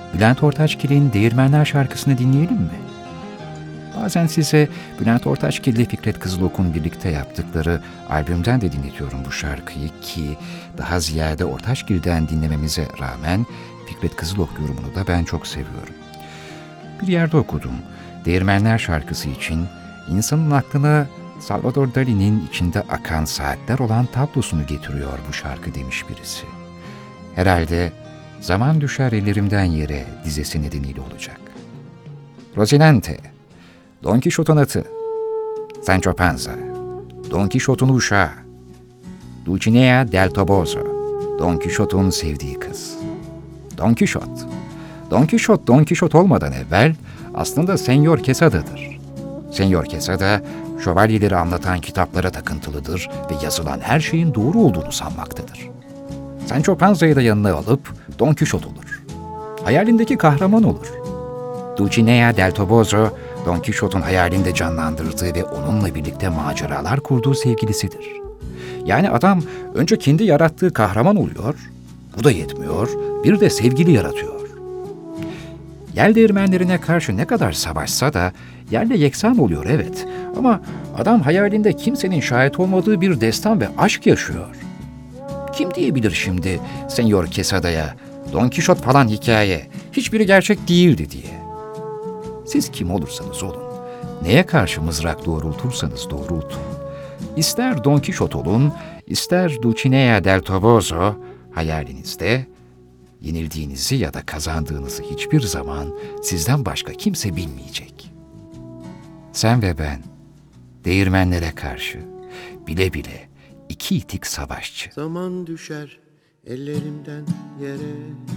Bülent Ortaçgil'in Değirmenler şarkısını dinleyelim mi? Bazen size Bülent Ortaçgil ile Fikret Kızılok'un birlikte yaptıkları albümden de dinletiyorum bu şarkıyı ki daha ziyade Ortaçgil'den dinlememize rağmen Fikret Kızılok yorumunu da ben çok seviyorum. Bir yerde okudum. Değirmenler şarkısı için insanın aklına Salvador Dali'nin içinde akan saatler olan tablosunu getiriyor bu şarkı demiş birisi. Herhalde Zaman Düşer Ellerimden Yere dizesi nedeniyle olacak. Rozinante, Don Kişot'un atı, Sancho Panza, Don Kişot'un uşağı, Dulcinea del Toboso, Don Kişot'un sevdiği kız. Don Kişot, Don Kişot olmadan evvel aslında Senyor Quesada'dır. Senyor Quesada, şövalyeleri anlatan kitaplara takıntılıdır ve yazılan her şeyin doğru olduğunu sanmaktadır. Sancho Panza'yı da yanına alıp Don Kişot olur. Hayalindeki kahraman olur. Dulcinea del Toboso, Don Kişot'un hayalinde canlandırdığı ve onunla birlikte maceralar kurduğu sevgilisidir. Yani adam önce kendi yarattığı kahraman oluyor, bu da yetmiyor, bir de sevgili yaratıyor. Yel değirmenlerine karşı ne kadar savaşsa da yerle yeksan oluyor evet. Ama adam hayalinde kimsenin şahit olmadığı bir destan ve aşk yaşıyor. Kim diyebilir şimdi Senyor Quesada'ya, Don Kişot falan hikaye, hiçbiri gerçek değildi diye. Siz kim olursanız olun, neye karşı mızrak doğrultursanız doğrultun. İster Don Kişot olun, ister Dulcinea del Toboso, hayalinizde yenildiğinizi ya da kazandığınızı hiçbir zaman sizden başka kimse bilmeyecek. Sen ve ben, değirmenlere karşı bile bile iki itik savaşçı. Zaman düşer ellerimden yere,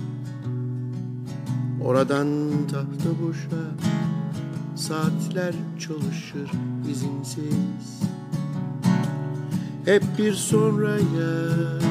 oradan tahta boşa saatler çalışır izinsiz. Hep bir sonraya